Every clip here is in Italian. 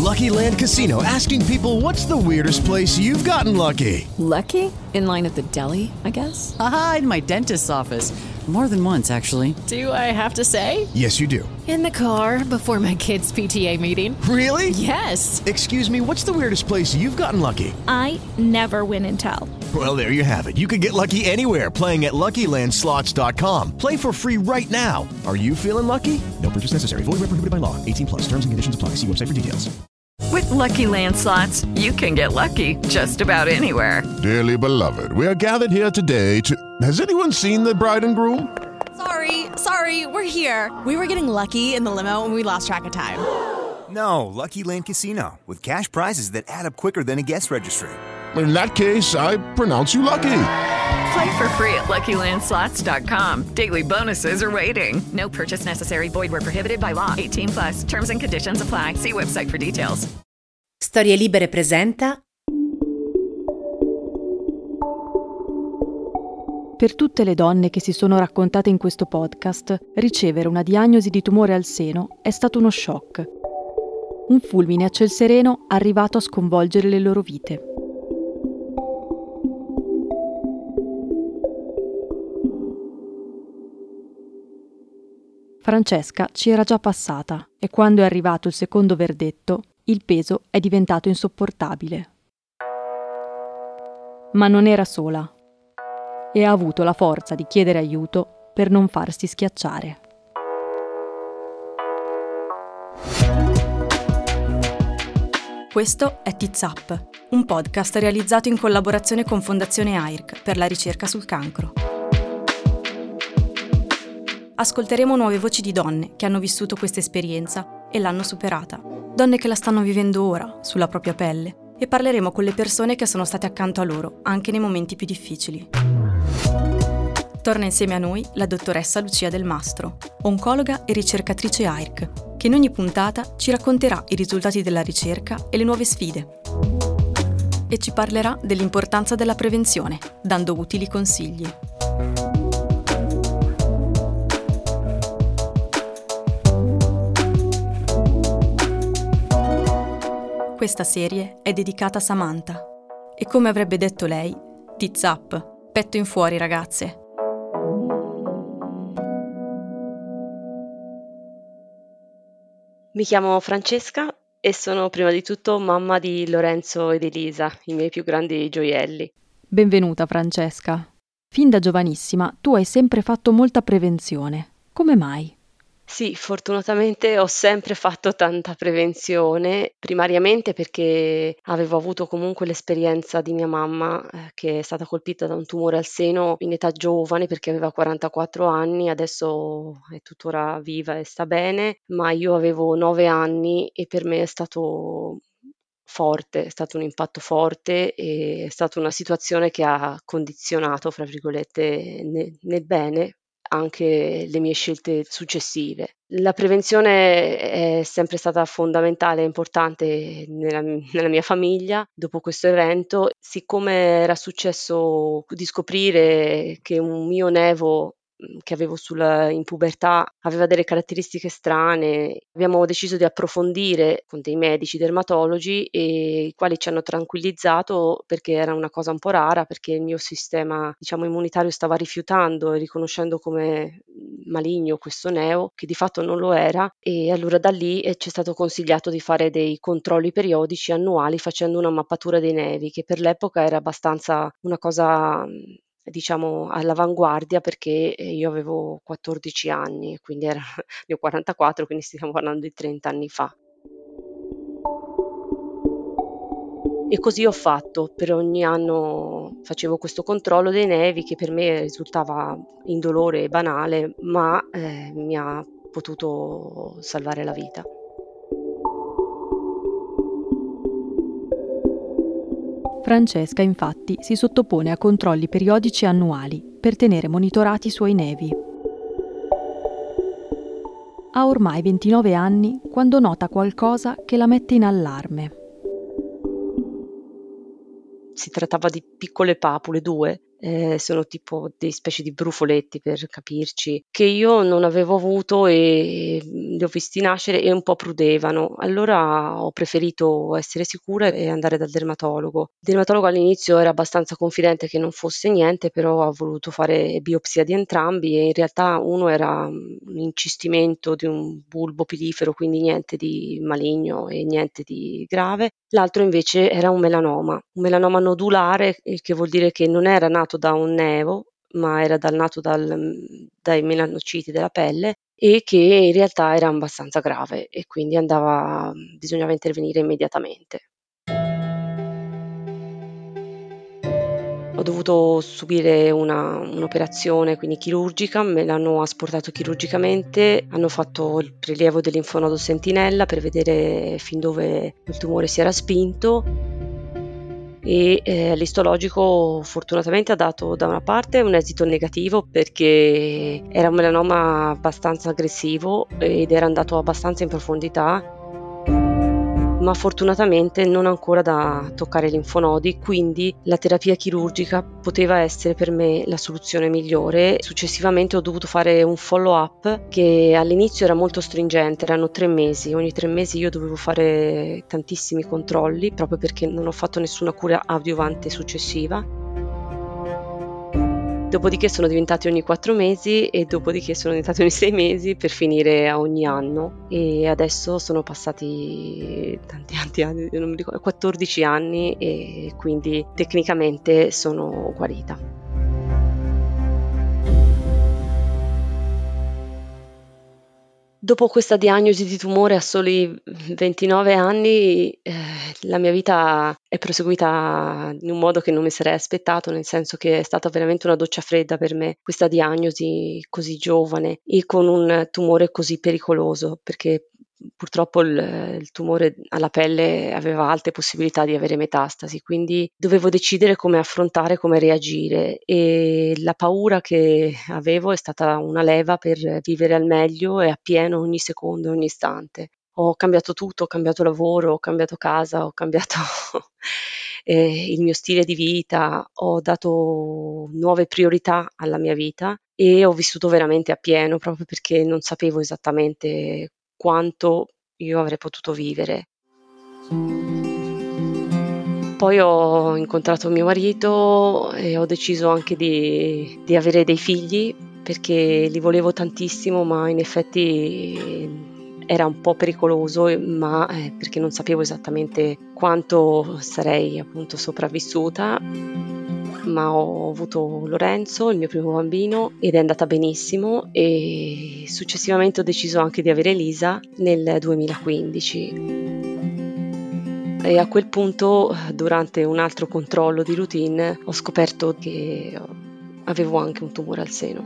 Lucky Land Casino, asking people, what's the weirdest place you've gotten lucky? Lucky? In line at the deli, I guess? Aha, in my dentist's office. More than once, actually. Do I have to say? Yes, you do. In the car before my kids' PTA meeting. Really? Yes. Excuse me, what's the weirdest place you've gotten lucky? I never win and tell. Well, there you have it. You can get lucky anywhere, playing at LuckyLandSlots.com. Play for free right now. Are you feeling lucky? No purchase necessary. Void where prohibited by law. 18 plus. Terms and conditions apply. See website for details. With Lucky Land Slots, you can get lucky just about anywhere. Dearly beloved, we are gathered here today to... Has anyone seen the bride and groom? Sorry, we're here. We were getting lucky in the limo and we lost track of time. No, Lucky Land Casino, with cash prizes that add up quicker than a guest registry. In that case, I pronounce you lucky. Play for free at LuckyLandSlots.com. Daily bonuses are waiting. No purchase necessary. Void where prohibited by law. 18 plus. Terms and conditions apply. See website for details. Storie Libere presenta. Per tutte le donne che si sono raccontate in questo podcast, ricevere una diagnosi di tumore al seno è stato uno shock. Un fulmine a ciel sereno arrivato a sconvolgere le loro vite. Francesca ci era già passata e quando è arrivato il secondo verdetto, il peso è diventato insopportabile. Ma non era sola e ha avuto la forza di chiedere aiuto per non farsi schiacciare. Questo è Tits Up, un podcast realizzato in collaborazione con Fondazione AIRC per la ricerca sul cancro. Ascolteremo nuove voci di donne che hanno vissuto questa esperienza e l'hanno superata, donne che la stanno vivendo ora, sulla propria pelle, e parleremo con le persone che sono state accanto a loro, anche nei momenti più difficili. Torna insieme a noi la dottoressa Lucia Del Mastro, oncologa e ricercatrice AIRC, che in ogni puntata ci racconterà i risultati della ricerca e le nuove sfide. E ci parlerà dell'importanza della prevenzione, dando utili consigli. Questa serie è dedicata a Samantha e come avrebbe detto lei, tits up, petto in fuori ragazze. Mi chiamo Francesca e sono prima di tutto mamma di Lorenzo ed Elisa, i miei più grandi gioielli. Benvenuta Francesca. Fin da giovanissima tu hai sempre fatto molta prevenzione. Come mai? Sì, fortunatamente ho sempre fatto tanta prevenzione, primariamente perché avevo avuto comunque l'esperienza di mia mamma, che è stata colpita da un tumore al seno in età giovane perché aveva 44 anni, adesso è tuttora viva e sta bene, ma io avevo 9 anni e per me è stato forte, è stato un impatto forte e è stata una situazione che ha condizionato, fra virgolette, nel bene anche le mie scelte successive. La prevenzione è sempre stata fondamentale e importante nella mia famiglia. Dopo questo evento, siccome era successo di scoprire che un mio nevo che avevo in pubertà aveva delle caratteristiche strane, abbiamo deciso di approfondire con dei medici dermatologi e i quali ci hanno tranquillizzato perché era una cosa un po' rara, perché il mio sistema, immunitario stava rifiutando e riconoscendo come maligno questo neo, che di fatto non lo era, e allora da lì ci è stato consigliato di fare dei controlli periodici annuali facendo una mappatura dei nevi, che per l'epoca era abbastanza una cosa all'avanguardia, perché io avevo 14 anni, quindi ne ho 44, quindi stiamo parlando di 30 anni fa. E così ho fatto, per ogni anno facevo questo controllo dei nevi che per me risultava indolore e banale, ma mi ha potuto salvare la vita. Francesca infatti si sottopone a controlli periodici annuali per tenere monitorati i suoi nevi. Ha ormai 29 anni quando nota qualcosa che la mette in allarme. Si trattava di piccole papule, 2, sono tipo dei specie di brufoletti, per capirci, che io non avevo avuto e li ho visti nascere e un po' prudevano. Allora ho preferito essere sicura e andare dal dermatologo. Il dermatologo all'inizio era abbastanza confidente che non fosse niente, però ha voluto fare biopsia di entrambi e in realtà uno era un incistimento di un bulbo pilifero, quindi niente di maligno e niente di grave. L'altro invece era un melanoma nodulare, il che vuol dire che non era nato da un nevo, ma era nato dai melanociti della pelle e che in realtà era abbastanza grave e quindi bisognava intervenire immediatamente. Ho dovuto subire un'operazione, quindi chirurgica, me l'hanno asportato chirurgicamente, hanno fatto il prelievo del linfonodo sentinella per vedere fin dove il tumore si era spinto e l'istologico fortunatamente ha dato da una parte un esito negativo perché era un melanoma abbastanza aggressivo ed era andato abbastanza in profondità, ma fortunatamente non ancora da toccare i linfonodi, quindi la terapia chirurgica poteva essere per me la soluzione migliore. Successivamente ho dovuto fare un follow-up che all'inizio era molto stringente, erano 3 mesi, ogni 3 mesi io dovevo fare tantissimi controlli proprio perché non ho fatto nessuna cura adiuvante successiva. Dopodiché sono diventati ogni 4 mesi e dopodiché sono diventati ogni 6 mesi per finire a ogni anno e adesso sono passati tanti anni, non mi ricordo, 14 anni e quindi tecnicamente sono guarita. Dopo questa diagnosi di tumore a soli 29 anni, la mia vita è proseguita in un modo che non mi sarei aspettato, nel senso che è stata veramente una doccia fredda per me questa diagnosi così giovane e con un tumore così pericoloso, perché purtroppo il tumore alla pelle aveva alte possibilità di avere metastasi, quindi dovevo decidere come affrontare, come reagire e la paura che avevo è stata una leva per vivere al meglio e appieno ogni secondo, ogni istante. Ho cambiato tutto, ho cambiato lavoro, ho cambiato casa, ho cambiato il mio stile di vita, ho dato nuove priorità alla mia vita e ho vissuto veramente appieno proprio perché non sapevo esattamente quanto io avrei potuto vivere. Poi ho incontrato mio marito e ho deciso anche di avere dei figli perché li volevo tantissimo, ma in effetti era un po' pericoloso, ma perché non sapevo esattamente quanto sarei appunto sopravvissuta. Ma ho avuto Lorenzo, il mio primo bambino, ed è andata benissimo e successivamente ho deciso anche di avere Elisa nel 2015. E a quel punto, durante un altro controllo di routine, ho scoperto che avevo anche un tumore al seno.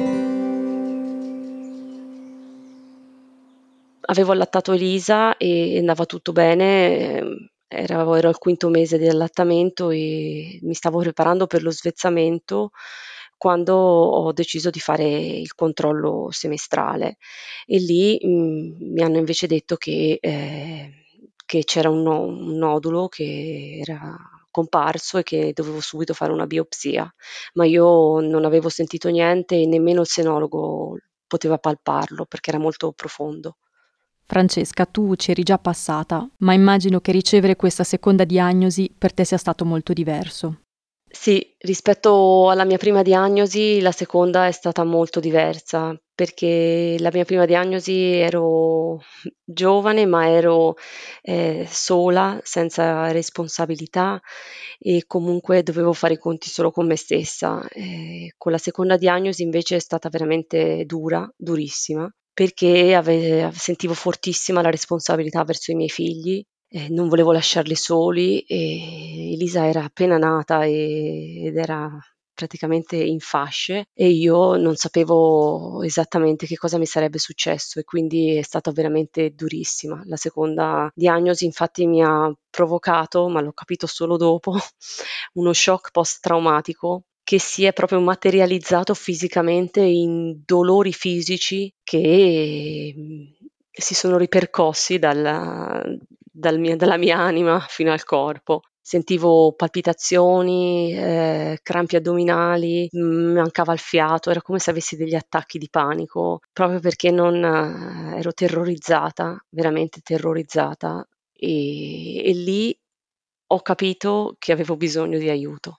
Avevo allattato Elisa e andava tutto bene, ero al 5° mese di allattamento e mi stavo preparando per lo svezzamento quando ho deciso di fare il controllo semestrale e lì mi hanno invece detto che c'era un nodulo che era comparso e che dovevo subito fare una biopsia, ma io non avevo sentito niente e nemmeno il senologo poteva palparlo perché era molto profondo. Francesca, tu ci eri già passata, ma immagino che ricevere questa seconda diagnosi per te sia stato molto diverso. Sì, rispetto alla mia prima diagnosi, la seconda è stata molto diversa, perché la mia prima diagnosi ero giovane, ma ero sola, senza responsabilità e comunque dovevo fare i conti solo con me stessa. Con la seconda diagnosi invece è stata veramente dura, durissima, perché sentivo fortissima la responsabilità verso i miei figli. Non volevo lasciarli soli e Elisa era appena nata ed era praticamente in fasce e io non sapevo esattamente che cosa mi sarebbe successo e quindi è stata veramente durissima. La seconda diagnosi infatti mi ha provocato, ma l'ho capito solo dopo, uno shock post-traumatico che si è proprio materializzato fisicamente in dolori fisici che si sono ripercossi dalla mia anima fino al corpo. Sentivo palpitazioni, crampi addominali, mancava il fiato, era come se avessi degli attacchi di panico, proprio perché non ero terrorizzata, veramente terrorizzata e lì ho capito che avevo bisogno di aiuto.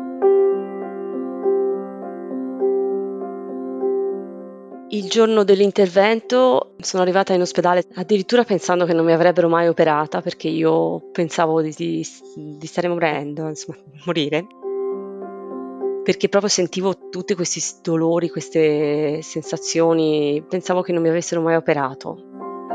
Il giorno dell'intervento sono arrivata in ospedale addirittura pensando che non mi avrebbero mai operata, perché io pensavo di stare morendo, insomma, morire. Perché proprio sentivo tutti questi dolori, queste sensazioni, pensavo che non mi avessero mai operato.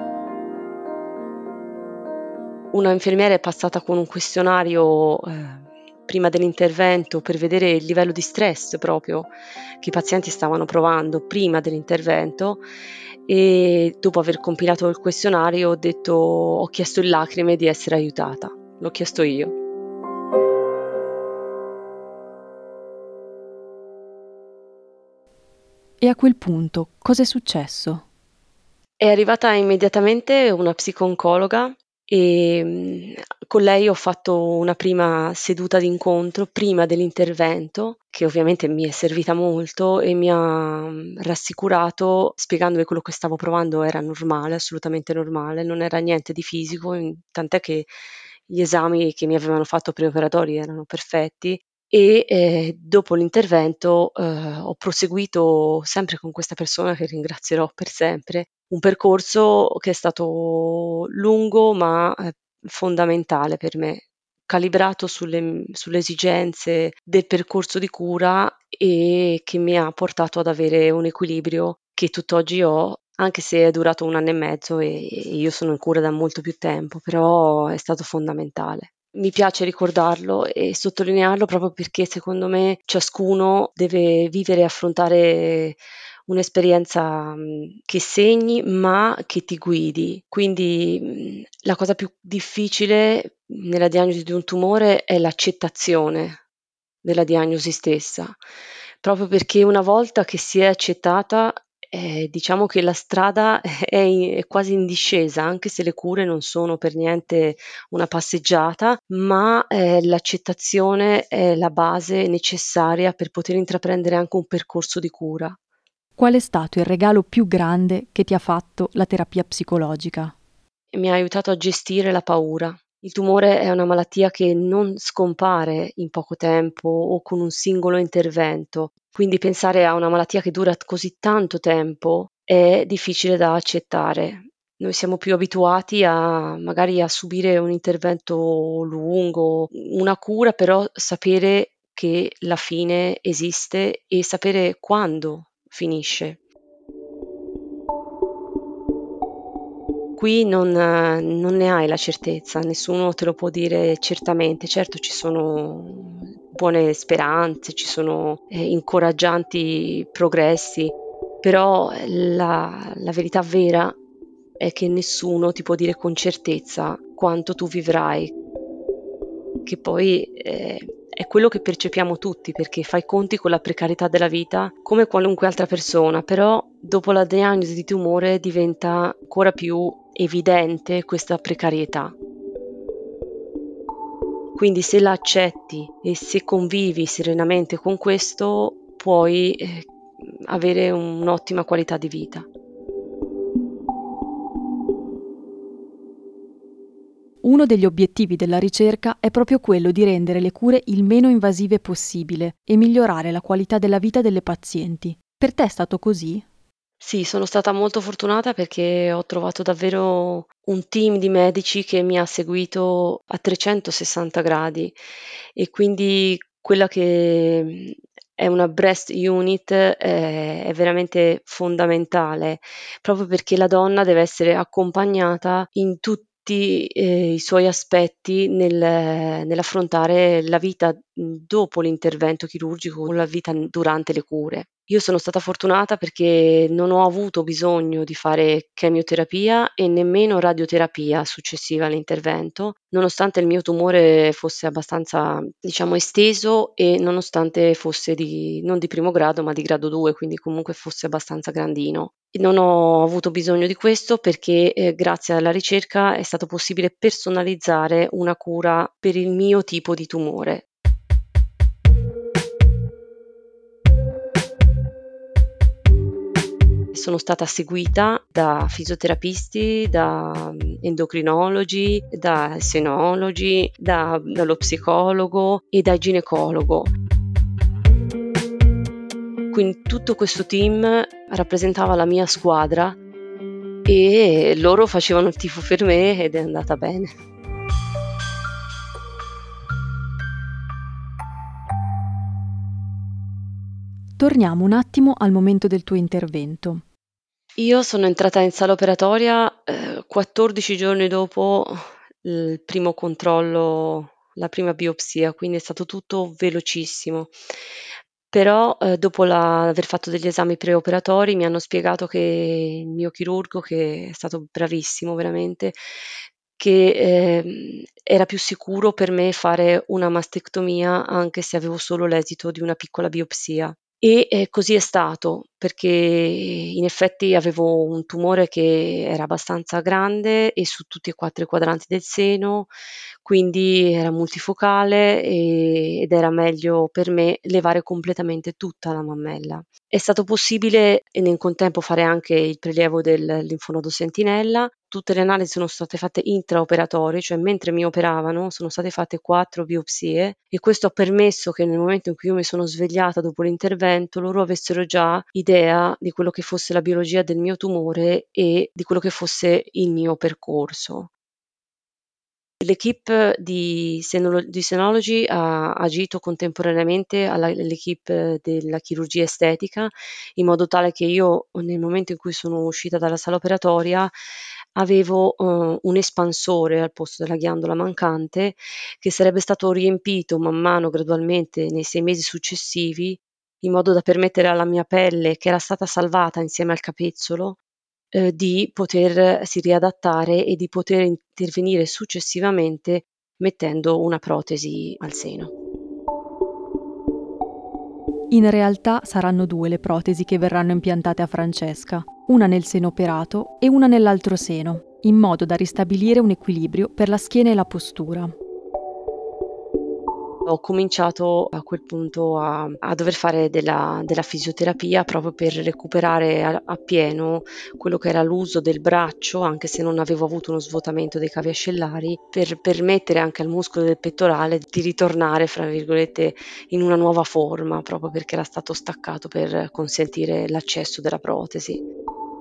Una infermiera è passata con un questionario prima dell'intervento per vedere il livello di stress proprio che i pazienti stavano provando prima dell'intervento e dopo aver compilato il questionario ho chiesto in lacrime di essere aiutata. L'ho chiesto io. E a quel punto cosa è successo? È arrivata immediatamente una psico-oncologa e con lei ho fatto una prima seduta d'incontro prima dell'intervento, che ovviamente mi è servita molto e mi ha rassicurato spiegandomi quello che stavo provando era normale, assolutamente normale, non era niente di fisico, tant'è che gli esami che mi avevano fatto preoperatori erano perfetti e dopo l'intervento ho proseguito sempre con questa persona che ringrazierò per sempre, un percorso che è stato lungo ma fondamentale per me, calibrato sulle esigenze del percorso di cura e che mi ha portato ad avere un equilibrio che tutt'oggi ho, anche se è durato 1 anno e mezzo e io sono in cura da molto più tempo, però è stato fondamentale. Mi piace ricordarlo e sottolinearlo proprio perché secondo me ciascuno deve vivere e affrontare un'esperienza che segni, ma che ti guidi. Quindi la cosa più difficile nella diagnosi di un tumore è l'accettazione della diagnosi stessa, proprio perché una volta che si è accettata, diciamo che la strada è quasi in discesa, anche se le cure non sono per niente una passeggiata, ma l'accettazione è la base necessaria per poter intraprendere anche un percorso di cura. Qual è stato il regalo più grande che ti ha fatto la terapia psicologica? Mi ha aiutato a gestire la paura. Il tumore è una malattia che non scompare in poco tempo o con un singolo intervento, quindi pensare a una malattia che dura così tanto tempo è difficile da accettare. Noi siamo più abituati magari a subire un intervento lungo, una cura, però sapere che la fine esiste e sapere quando finisce. Qui non ne hai la certezza, nessuno te lo può dire certamente. Certo ci sono buone speranze, ci sono incoraggianti progressi, però la verità vera è che nessuno ti può dire con certezza quanto tu vivrai, che poi è quello che percepiamo tutti, perché fai i conti con la precarietà della vita come qualunque altra persona, però dopo la diagnosi di tumore diventa ancora più evidente questa precarietà. Quindi se la accetti e se convivi serenamente con questo, puoi avere un'ottima qualità di vita. Uno degli obiettivi della ricerca è proprio quello di rendere le cure il meno invasive possibile e migliorare la qualità della vita delle pazienti. Per te è stato così? Sì, sono stata molto fortunata perché ho trovato davvero un team di medici che mi ha seguito a 360 gradi e quindi quella che è una breast unit è veramente fondamentale, proprio perché la donna deve essere accompagnata in tutti i suoi aspetti nell'affrontare la vita dopo l'intervento chirurgico o la vita durante le cure. Io sono stata fortunata perché non ho avuto bisogno di fare chemioterapia e nemmeno radioterapia successiva all'intervento, nonostante il mio tumore fosse abbastanza, diciamo, esteso e nonostante fosse non di primo grado, ma di grado 2, quindi comunque fosse abbastanza grandino. E non ho avuto bisogno di questo perché grazie alla ricerca è stato possibile personalizzare una cura per il mio tipo di tumore. Sono stata seguita da fisioterapisti, da endocrinologi, da senologi, dallo psicologo e da ginecologo. Quindi tutto questo team rappresentava la mia squadra e loro facevano il tifo per me ed è andata bene. Torniamo un attimo al momento del tuo intervento. Io sono entrata in sala operatoria 14 giorni dopo il primo controllo, la prima biopsia, quindi è stato tutto velocissimo. Però dopo aver fatto degli esami preoperatori mi hanno spiegato che il mio chirurgo, che è stato bravissimo veramente, che era più sicuro per me fare una mastectomia anche se avevo solo l'esito di una piccola biopsia. E così è stato, perché in effetti avevo un tumore che era abbastanza grande e su tutti e 4 i quadranti del seno, quindi era multifocale ed era meglio per me levare completamente tutta la mammella. È stato possibile nel contempo fare anche il prelievo del linfonodo sentinella. Tutte le analisi sono state fatte intraoperatori, cioè mentre mi operavano sono state fatte 4 biopsie e questo ha permesso che nel momento in cui io mi sono svegliata dopo l'intervento loro avessero già idea di quello che fosse la biologia del mio tumore e di quello che fosse il mio percorso. L'equipe di senologi ha agito contemporaneamente all'equipe della chirurgia estetica, in modo tale che io, nel momento in cui sono uscita dalla sala operatoria, avevo un espansore al posto della ghiandola mancante, che sarebbe stato riempito man mano gradualmente nei 6 mesi successivi, in modo da permettere alla mia pelle, che era stata salvata insieme al capezzolo, di potersi riadattare e di poter intervenire successivamente mettendo una protesi al seno. In realtà saranno 2 le protesi che verranno impiantate a Francesca, una nel seno operato e una nell'altro seno, in modo da ristabilire un equilibrio per la schiena e la postura. Ho cominciato a quel punto a dover fare della fisioterapia proprio per recuperare appieno quello che era l'uso del braccio, anche se non avevo avuto uno svuotamento dei cavi ascellari, per permettere anche al muscolo del pettorale di ritornare, fra virgolette, in una nuova forma, proprio perché era stato staccato per consentire l'accesso della protesi.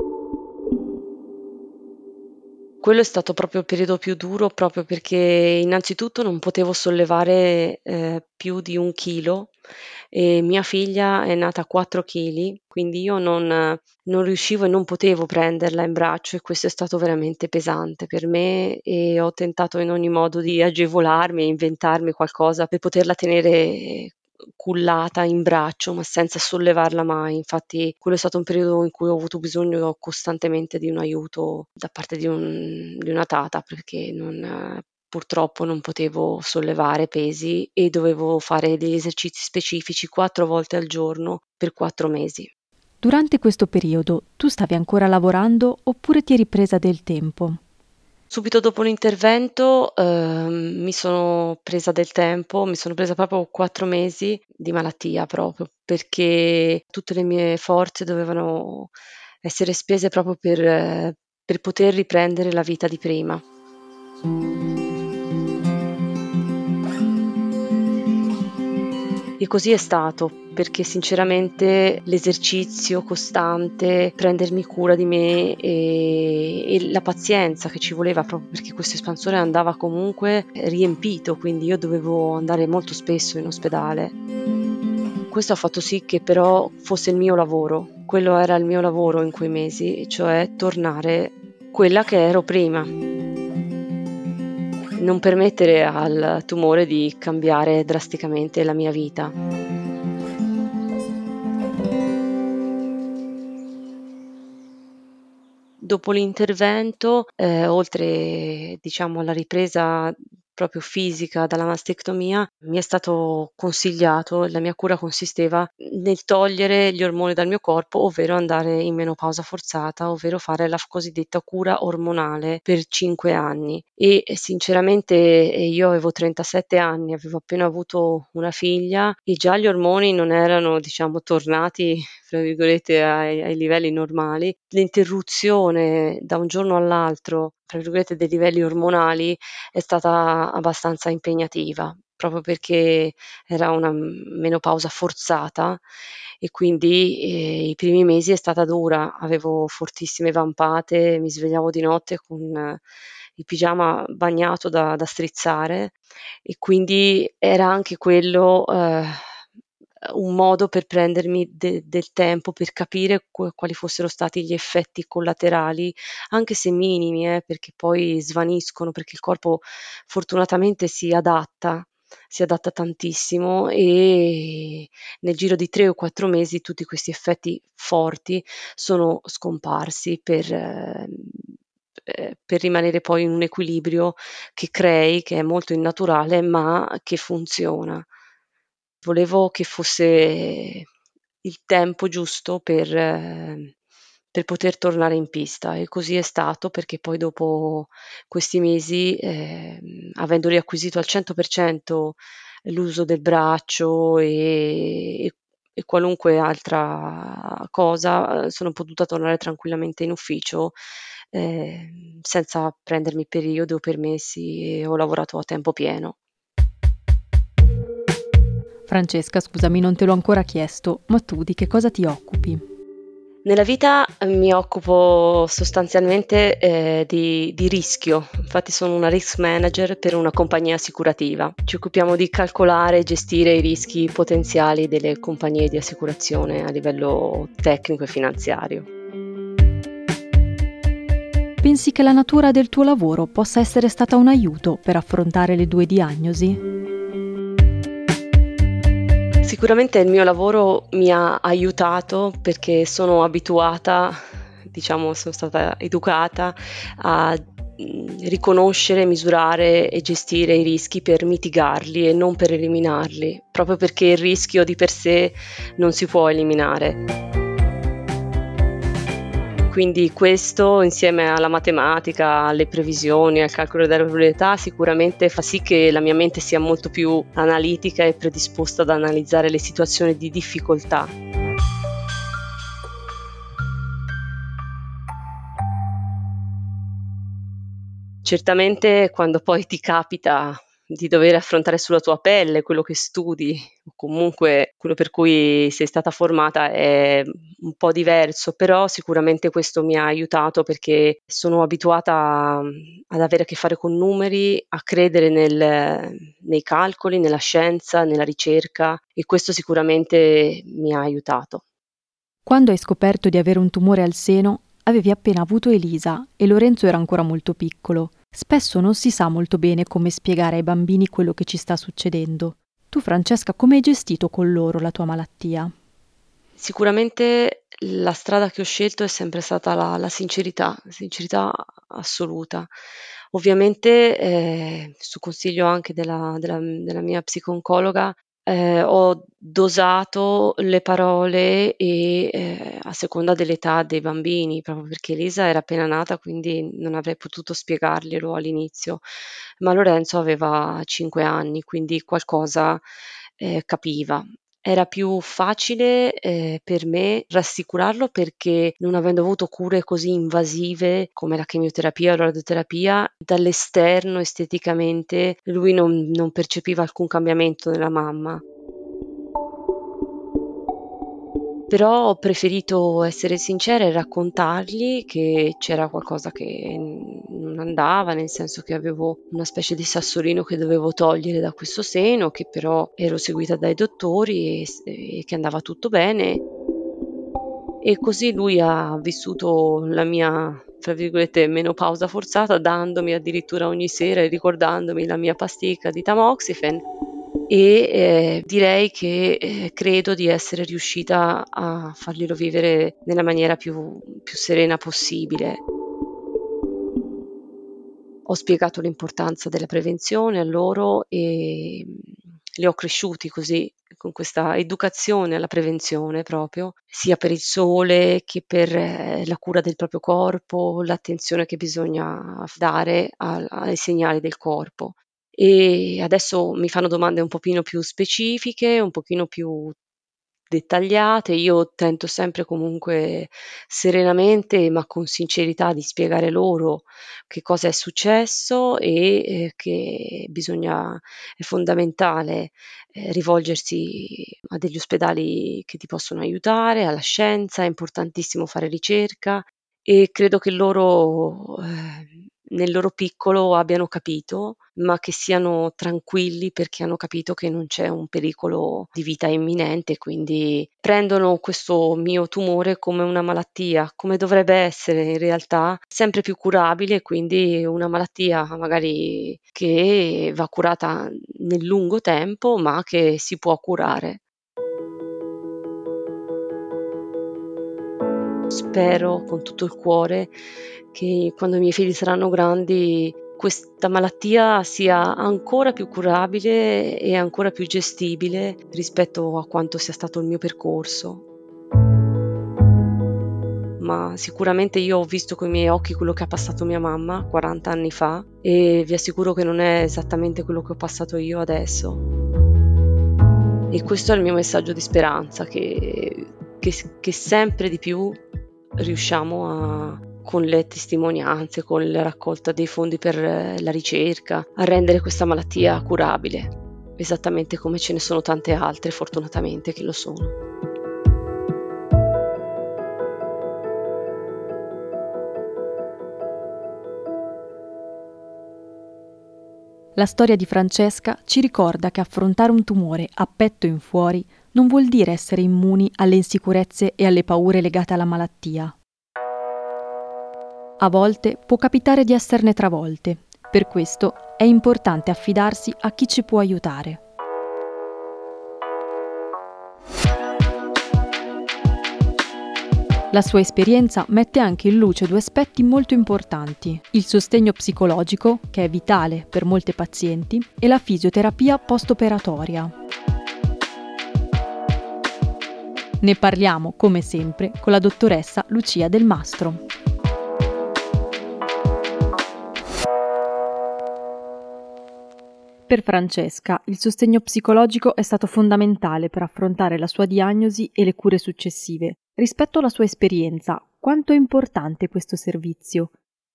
Quello è stato proprio il periodo più duro, proprio perché innanzitutto non potevo sollevare, più di 1 chilo e mia figlia è nata a 4 chili, quindi io non riuscivo e non potevo prenderla in braccio e questo è stato veramente pesante per me e ho tentato in ogni modo di agevolarmi e inventarmi qualcosa per poterla tenere cullata in braccio, ma senza sollevarla mai. Infatti quello è stato un periodo in cui ho avuto bisogno costantemente di un aiuto da parte di una tata, perché purtroppo non potevo sollevare pesi e dovevo fare degli esercizi specifici 4 volte al giorno per 4 mesi. Durante questo periodo tu stavi ancora lavorando oppure ti eri presa del tempo? Subito dopo l'intervento mi sono presa del tempo, mi sono presa proprio 4 mesi di malattia proprio, perché tutte le mie forze dovevano essere spese proprio per poter riprendere la vita di prima. E così è stato, perché sinceramente l'esercizio costante, prendermi cura di me e la pazienza che ci voleva proprio perché questo espansore andava comunque riempito, quindi io dovevo andare molto spesso in ospedale. Questo ha fatto sì che però fosse il mio lavoro, quello era il mio lavoro in quei mesi, cioè tornare quella che ero prima. Non permettere al tumore di cambiare drasticamente la mia vita. dopo l'intervento, oltre diciamo alla ripresa proprio fisica dalla mastectomia, mi è stato consigliato, la mia cura consisteva nel togliere gli ormoni dal mio corpo, ovvero andare in menopausa forzata, ovvero fare la cosiddetta cura ormonale per 5 anni. E sinceramente io avevo 37 anni, avevo appena avuto una figlia e già gli ormoni non erano, diciamo, tornati, fra virgolette, ai livelli normali. L'interruzione da un giorno all'altro, tra virgolette, dei livelli ormonali è stata abbastanza impegnativa, proprio perché era una menopausa forzata e quindi i primi mesi è stata dura, avevo fortissime vampate, mi svegliavo di notte con il pigiama bagnato da strizzare e quindi era anche quello un modo per prendermi del tempo per capire quali fossero stati gli effetti collaterali, anche se minimi, perché poi svaniscono, perché il corpo fortunatamente si adatta tantissimo e nel giro di 3 o 4 mesi tutti questi effetti forti sono scomparsi per rimanere poi in un equilibrio che crei, che è molto innaturale, ma che funziona. Volevo che fosse il tempo giusto per poter tornare in pista e così è stato perché poi dopo questi mesi, avendo riacquisito al 100% l'uso del braccio e qualunque altra cosa, sono potuta tornare tranquillamente in ufficio, senza prendermi periodi o permessi e ho lavorato a tempo pieno. Francesca, scusami, non te l'ho ancora chiesto, ma tu di che cosa ti occupi? Nella vita mi occupo sostanzialmente di rischio, infatti sono una risk manager per una compagnia assicurativa. Ci occupiamo di calcolare e gestire i rischi potenziali delle compagnie di assicurazione a livello tecnico e finanziario. Pensi che la natura del tuo lavoro possa essere stata un aiuto per affrontare le 2 diagnosi? Sicuramente il mio lavoro mi ha aiutato perché sono abituata, diciamo, sono stata educata a riconoscere, misurare e gestire i rischi per mitigarli e non per eliminarli, proprio perché il rischio di per sé non si può eliminare. Quindi questo, insieme alla matematica, alle previsioni, al calcolo della probabilità, sicuramente fa sì che la mia mente sia molto più analitica e predisposta ad analizzare le situazioni di difficoltà. Certamente quando poi ti capita di dover affrontare sulla tua pelle quello che studi o comunque quello per cui sei stata formata è un po' diverso, però sicuramente questo mi ha aiutato perché sono abituata ad avere a che fare con numeri, a credere nei calcoli, nella scienza, nella ricerca e questo sicuramente mi ha aiutato. Quando hai scoperto di avere un tumore al seno, avevi appena avuto Elisa e Lorenzo era ancora molto piccolo. Spesso non si sa molto bene come spiegare ai bambini quello che ci sta succedendo. Tu, Francesca, come hai gestito con loro la tua malattia? Sicuramente la strada che ho scelto è sempre stata la sincerità assoluta. Ovviamente, su consiglio anche della mia psico-oncologa, ho dosato le parole e, a seconda dell'età dei bambini, proprio perché Elisa era appena nata, quindi non avrei potuto spiegarglielo all'inizio, ma Lorenzo aveva 5 anni, quindi qualcosa, capiva. Era più facile, per me rassicurarlo perché non avendo avuto cure così invasive come la chemioterapia o la radioterapia, dall'esterno esteticamente lui non percepiva alcun cambiamento nella mamma. Però ho preferito essere sincera e raccontargli che c'era qualcosa che non andava, nel senso che avevo una specie di sassolino che dovevo togliere da questo seno, che però ero seguita dai dottori e che andava tutto bene. E così lui ha vissuto la mia, tra virgolette, menopausa forzata, dandomi addirittura ogni sera e ricordandomi la mia pasticca di tamoxifen. E direi che credo di essere riuscita a farglielo vivere nella maniera più serena possibile. Ho spiegato l'importanza della prevenzione a loro e li ho cresciuti così, con questa educazione alla prevenzione proprio, sia per il sole che per la cura del proprio corpo, l'attenzione che bisogna dare ai segnali del corpo. E adesso mi fanno domande un pochino più specifiche, un pochino più dettagliate. Io tento sempre comunque serenamente, ma con sincerità, di spiegare loro che cosa è successo e che è fondamentale rivolgersi a degli ospedali che ti possono aiutare, alla scienza, è importantissimo fare ricerca e credo che loro nel loro piccolo abbiano capito, ma che siano tranquilli perché hanno capito che non c'è un pericolo di vita imminente, quindi prendono questo mio tumore come una malattia, come dovrebbe essere in realtà, sempre più curabile, quindi una malattia magari che va curata nel lungo tempo, ma che si può curare. Spero con tutto il cuore che quando i miei figli saranno grandi questa malattia sia ancora più curabile e ancora più gestibile rispetto a quanto sia stato il mio percorso. Ma sicuramente io ho visto coi miei occhi quello che ha passato mia mamma 40 anni fa e vi assicuro che non è esattamente quello che ho passato io adesso. E questo è il mio messaggio di speranza, che sempre di più riusciamo con le testimonianze, con la raccolta dei fondi per la ricerca, a rendere questa malattia curabile, esattamente come ce ne sono tante altre, fortunatamente, che lo sono. La storia di Francesca ci ricorda che affrontare un tumore a petto in fuori non vuol dire essere immuni alle insicurezze e alle paure legate alla malattia. A volte può capitare di esserne travolte, per questo è importante affidarsi a chi ci può aiutare. La sua esperienza mette anche in luce due aspetti molto importanti: il sostegno psicologico, che è vitale per molte pazienti, e la fisioterapia post-operatoria. Ne parliamo, come sempre, con la dottoressa Lucia Del Mastro. Per Francesca, il sostegno psicologico è stato fondamentale per affrontare la sua diagnosi e le cure successive. Rispetto alla sua esperienza, quanto è importante questo servizio?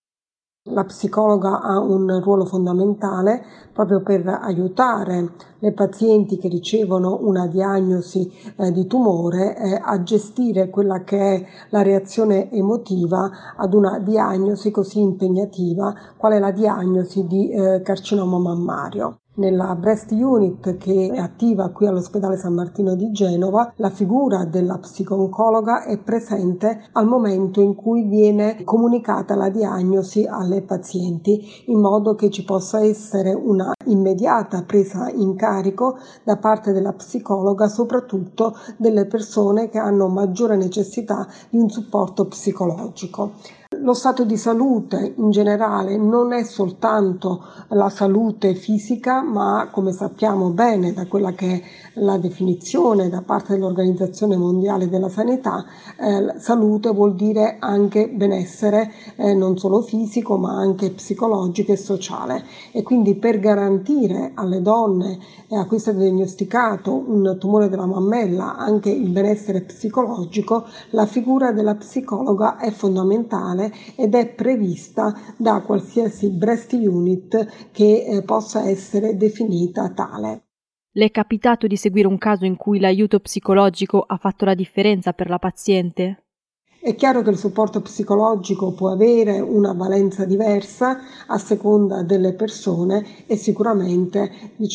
La psicologa ha un ruolo fondamentale proprio per aiutare le pazienti che ricevono una diagnosi di tumore a gestire quella che è la reazione emotiva ad una diagnosi così impegnativa qual è la diagnosi di carcinoma mammario. Nella Breast Unit, che è attiva qui all'ospedale San Martino di Genova, la figura della psico-oncologa è presente al momento in cui viene comunicata la diagnosi alle pazienti, in modo che ci possa essere una immediata presa in carico da parte della psicologa, soprattutto delle persone che hanno maggiore necessità di un supporto psicologico. Lo stato di salute in generale non è soltanto la salute fisica, ma come sappiamo bene da quella che è la definizione da parte dell'Organizzazione Mondiale della Sanità, salute vuol dire anche benessere non solo fisico ma anche psicologico e sociale, e quindi per garantire alle donne a cui è stato diagnosticato un tumore della mammella anche il benessere psicologico, la figura della psicologa è fondamentale ed è prevista da qualsiasi breast unit che possa essere definita tale. Le è capitato di seguire un caso in cui l'aiuto psicologico ha fatto la differenza per la paziente? È chiaro che il supporto psicologico può avere una valenza diversa a seconda delle persone e sicuramente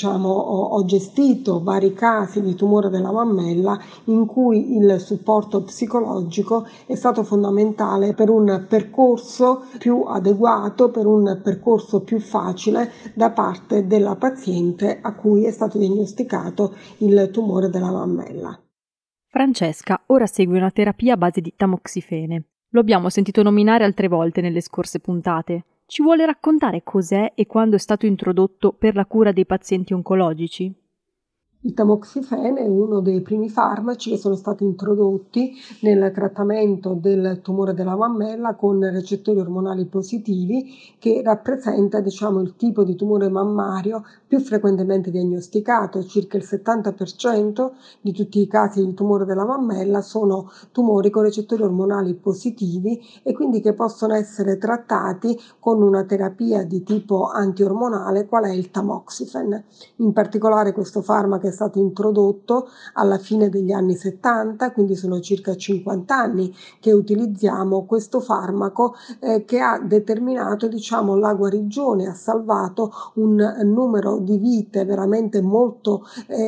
ho gestito vari casi di tumore della mammella in cui il supporto psicologico è stato fondamentale per un percorso più adeguato, per un percorso più facile da parte della paziente a cui è stato diagnosticato il tumore della mammella. Francesca ora segue una terapia a base di tamoxifene. Lo abbiamo sentito nominare altre volte nelle scorse puntate. Ci vuole raccontare cos'è e quando è stato introdotto per la cura dei pazienti oncologici? Il tamoxifene è uno dei primi farmaci che sono stati introdotti nel trattamento del tumore della mammella con recettori ormonali positivi, che rappresenta, il tipo di tumore mammario più frequentemente diagnosticato. Circa il 70% di tutti i casi di tumore della mammella sono tumori con recettori ormonali positivi e quindi che possono essere trattati con una terapia di tipo antiormonale qual è il tamoxifen. In particolare questo farmaco è stato introdotto alla fine degli anni 70, quindi sono circa 50 anni che utilizziamo questo farmaco che ha determinato la guarigione, ha salvato un numero di vite veramente molto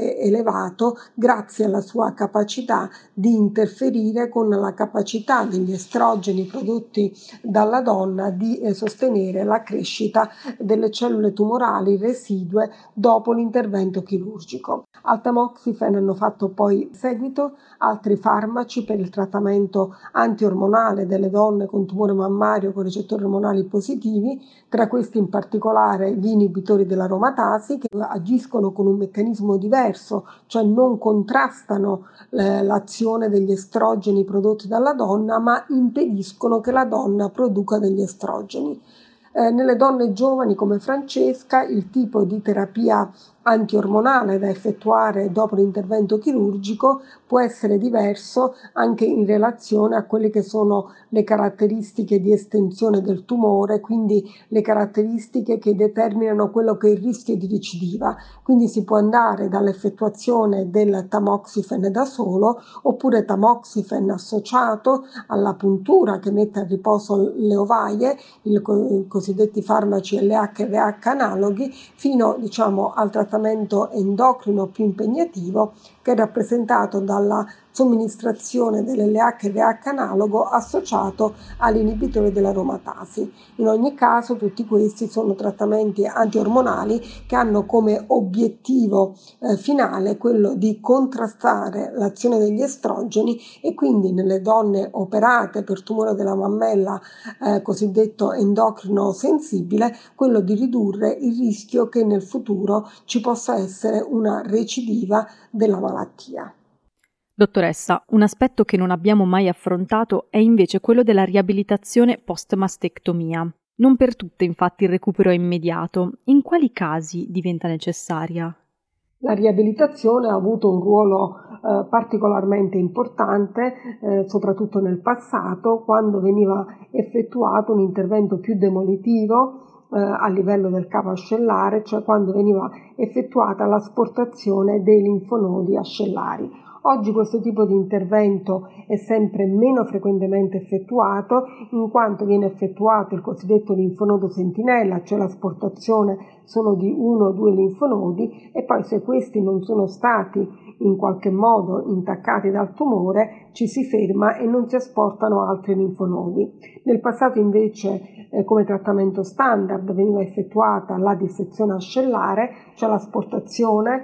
elevato grazie alla sua capacità di interferire con la capacità degli estrogeni prodotti dalla donna di sostenere la crescita delle cellule tumorali residue dopo l'intervento chirurgico. Al tamoxifen hanno fatto poi seguito altri farmaci per il trattamento antiormonale delle donne con tumore mammario con recettori ormonali positivi, tra questi in particolare gli inibitori dell'aromatasi, che agiscono con un meccanismo diverso, cioè non contrastano l'azione degli estrogeni prodotti dalla donna, ma impediscono che la donna produca degli estrogeni. Nelle donne giovani come Francesca il tipo di terapia antiormonale da effettuare dopo l'intervento chirurgico può essere diverso anche in relazione a quelle che sono le caratteristiche di estensione del tumore, quindi le caratteristiche che determinano quello che è il rischio di recidiva. Quindi si può andare dall'effettuazione del tamoxifen da solo oppure tamoxifen associato alla puntura che mette a riposo le ovaie, i cosiddetti farmaci LH-VH analoghi, fino al trattamento endocrino più impegnativo, che è rappresentato dalla somministrazione dell'LH-VH analogo associato all'inibitore dell'aromatasi. In ogni caso tutti questi sono trattamenti antiormonali che hanno come obiettivo finale quello di contrastare l'azione degli estrogeni e quindi nelle donne operate per tumore della mammella cosiddetto endocrino sensibile, quello di ridurre il rischio che nel futuro ci possa essere una recidiva della malattia. Dottoressa, un aspetto che non abbiamo mai affrontato è invece quello della riabilitazione post-mastectomia. Non per tutte, infatti, il recupero è immediato. In quali casi diventa necessaria? La riabilitazione ha avuto un ruolo particolarmente importante, soprattutto nel passato, quando veniva effettuato un intervento più demolitivo a livello del cavo ascellare, cioè quando veniva effettuata l'asportazione dei linfonodi ascellari. Oggi questo tipo di intervento è sempre meno frequentemente effettuato, in quanto viene effettuato il cosiddetto linfonodo sentinella, cioè l'asportazione solo di 1 o 2 linfonodi, e poi se questi non sono stati in qualche modo intaccati dal tumore ci si ferma e non si asportano altri linfonodi. Nel passato invece come trattamento standard veniva effettuata la dissezione ascellare, cioè l'asportazione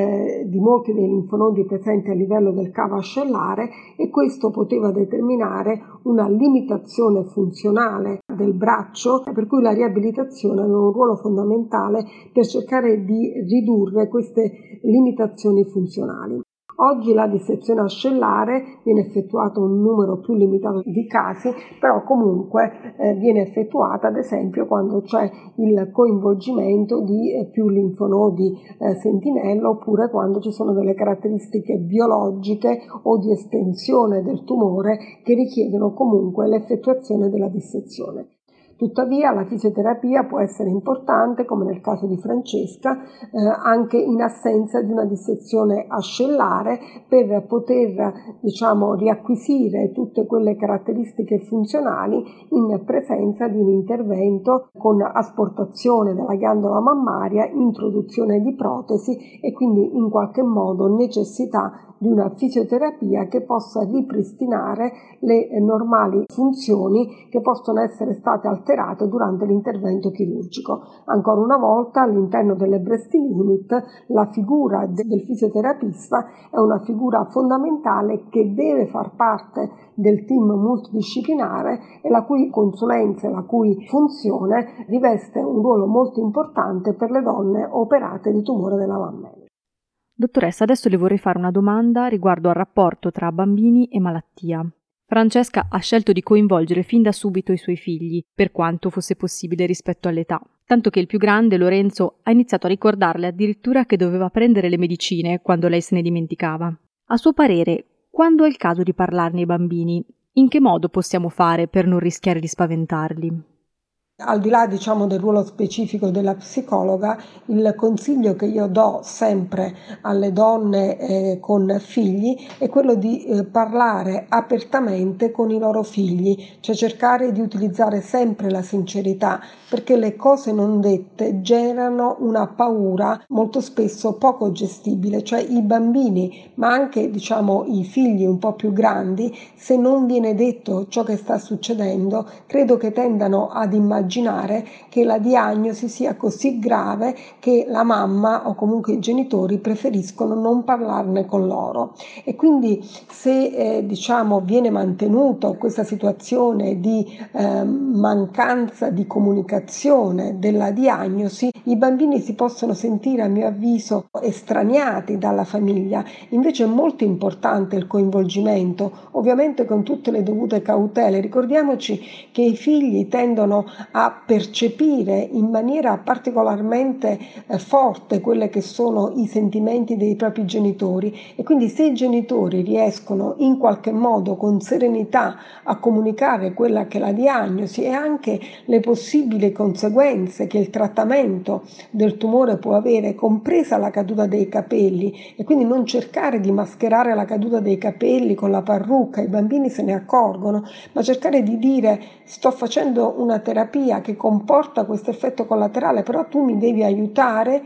di molti dei linfonodi presenti a livello del cavo ascellare, e questo poteva determinare una limitazione funzionale del braccio, per cui la riabilitazione aveva un ruolo fondamentale per cercare di ridurre queste limitazioni funzionali. Oggi la dissezione ascellare viene effettuata un numero più limitato di casi, però comunque viene effettuata ad esempio quando c'è il coinvolgimento di più linfonodi sentinella, oppure quando ci sono delle caratteristiche biologiche o di estensione del tumore che richiedono comunque l'effettuazione della dissezione. Tuttavia la fisioterapia può essere importante, come nel caso di Francesca, anche in assenza di una dissezione ascellare, per poter riacquisire tutte quelle caratteristiche funzionali in presenza di un intervento con asportazione della ghiandola mammaria, introduzione di protesi e quindi in qualche modo necessità di una fisioterapia che possa ripristinare le normali funzioni che possono essere state alterate mascherate durante l'intervento chirurgico. Ancora una volta, all'interno delle breast unit, la figura del fisioterapista è una figura fondamentale che deve far parte del team multidisciplinare e la cui consulenza e la cui funzione riveste un ruolo molto importante per le donne operate di tumore della mammella. Dottoressa, adesso le vorrei fare una domanda riguardo al rapporto tra bambini e malattia. Francesca ha scelto di coinvolgere fin da subito i suoi figli, per quanto fosse possibile rispetto all'età, tanto che il più grande, Lorenzo, ha iniziato a ricordarle addirittura che doveva prendere le medicine quando lei se ne dimenticava. A suo parere, quando è il caso di parlarne ai bambini, in che modo possiamo fare per non rischiare di spaventarli? Al di là del ruolo specifico della psicologa, il consiglio che io do sempre alle donne con figli è quello di parlare apertamente con i loro figli, cioè cercare di utilizzare sempre la sincerità, perché le cose non dette generano una paura molto spesso poco gestibile, cioè i bambini, ma anche i figli un po' più grandi, se non viene detto ciò che sta succedendo, credo che tendano ad immaginare che la diagnosi sia così grave che la mamma o comunque i genitori preferiscono non parlarne con loro. E quindi se viene mantenuta questa situazione di mancanza di comunicazione della diagnosi, i bambini si possono sentire, a mio avviso, estraniati dalla famiglia. Invece è molto importante il coinvolgimento, ovviamente con tutte le dovute cautele. Ricordiamoci che i figli tendono a percepire in maniera particolarmente forte quelle che sono i sentimenti dei propri genitori, e quindi se i genitori riescono in qualche modo con serenità a comunicare quella che è la diagnosi e anche le possibili conseguenze che il trattamento del tumore può avere, compresa la caduta dei capelli, e quindi non cercare di mascherare la caduta dei capelli con la parrucca, i bambini se ne accorgono, ma cercare di dire: sto facendo una terapia che comporta questo effetto collaterale, però tu mi devi aiutare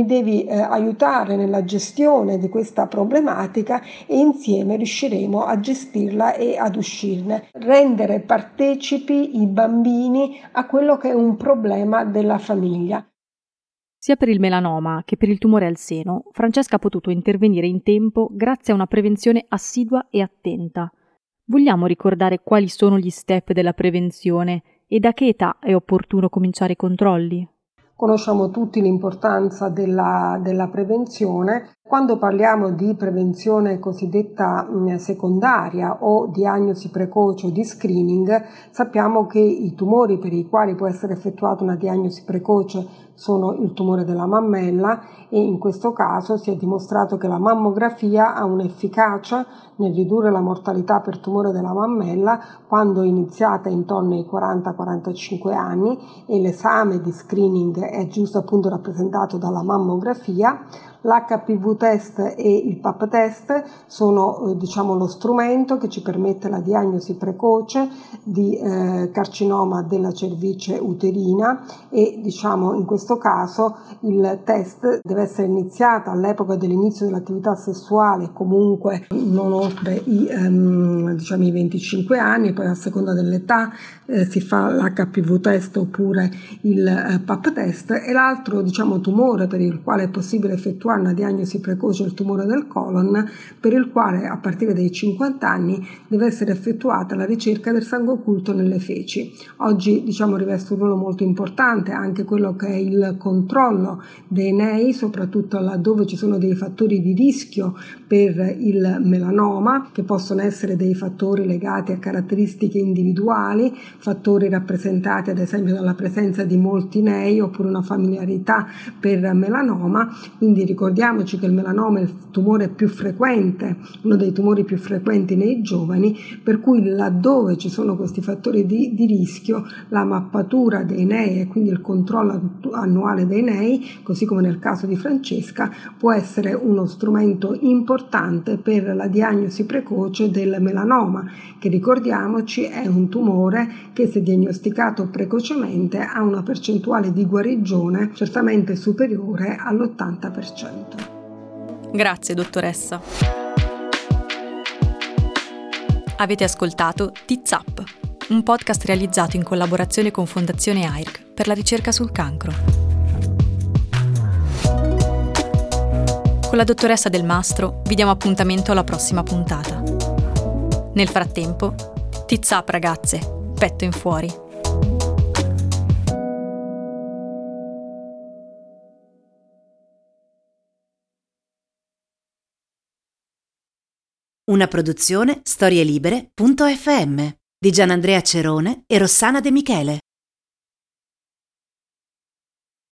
nella gestione di questa problematica e insieme riusciremo a gestirla e ad uscirne. Rendere partecipi i bambini a quello che è un problema della famiglia. Sia per il melanoma che per il tumore al seno, Francesca ha potuto intervenire in tempo grazie a una prevenzione assidua e attenta. Vogliamo ricordare quali sono gli step della prevenzione e da che età è opportuno cominciare i controlli? Conosciamo tutti l'importanza della prevenzione. Quando parliamo di prevenzione cosiddetta secondaria o diagnosi precoce o di screening, sappiamo che i tumori per i quali può essere effettuata una diagnosi precoce sono il tumore della mammella, e in questo caso si è dimostrato che la mammografia ha un'efficacia nel ridurre la mortalità per tumore della mammella quando iniziata intorno ai 40-45 anni, e l'esame di screening è giusto appunto rappresentato dalla mammografia. L'HPV test e il Pap test sono lo strumento che ci permette la diagnosi precoce di carcinoma della cervice uterina, e in questo caso il test deve essere iniziato all'epoca dell'inizio dell'attività sessuale, comunque non oltre i 25 anni, poi a seconda dell'età si fa l'HPV test oppure il Pap test. E l'altro tumore per il quale è possibile effettuare una diagnosi precoce il tumore del colon, per il quale a partire dai 50 anni deve essere effettuata la ricerca del sangue occulto nelle feci. Oggi riveste un ruolo molto importante anche quello che è il controllo dei nei, soprattutto laddove ci sono dei fattori di rischio per il melanoma, che possono essere dei fattori legati a caratteristiche individuali, fattori rappresentati ad esempio dalla presenza di molti nei oppure una familiarità per melanoma. Quindi ricordiamoci che il melanoma è il tumore più frequente, uno dei tumori più frequenti nei giovani, per cui laddove ci sono questi fattori di rischio, la mappatura dei nei e quindi il controllo annuale dei nei, così come nel caso di Francesca, può essere uno strumento importante per la diagnosi precoce del melanoma, che ricordiamoci è un tumore che, se diagnosticato precocemente, ha una percentuale di guarigione certamente superiore all'80%. Grazie, dottoressa. Avete ascoltato Tizap, un podcast realizzato in collaborazione con Fondazione AIRC per la ricerca sul cancro. Con la dottoressa Del Mastro vi diamo appuntamento alla prossima puntata. Nel frattempo, tits up ragazze, petto in fuori. Una produzione storielibere.fm di Gianandrea Cerone e Rossana De Michele.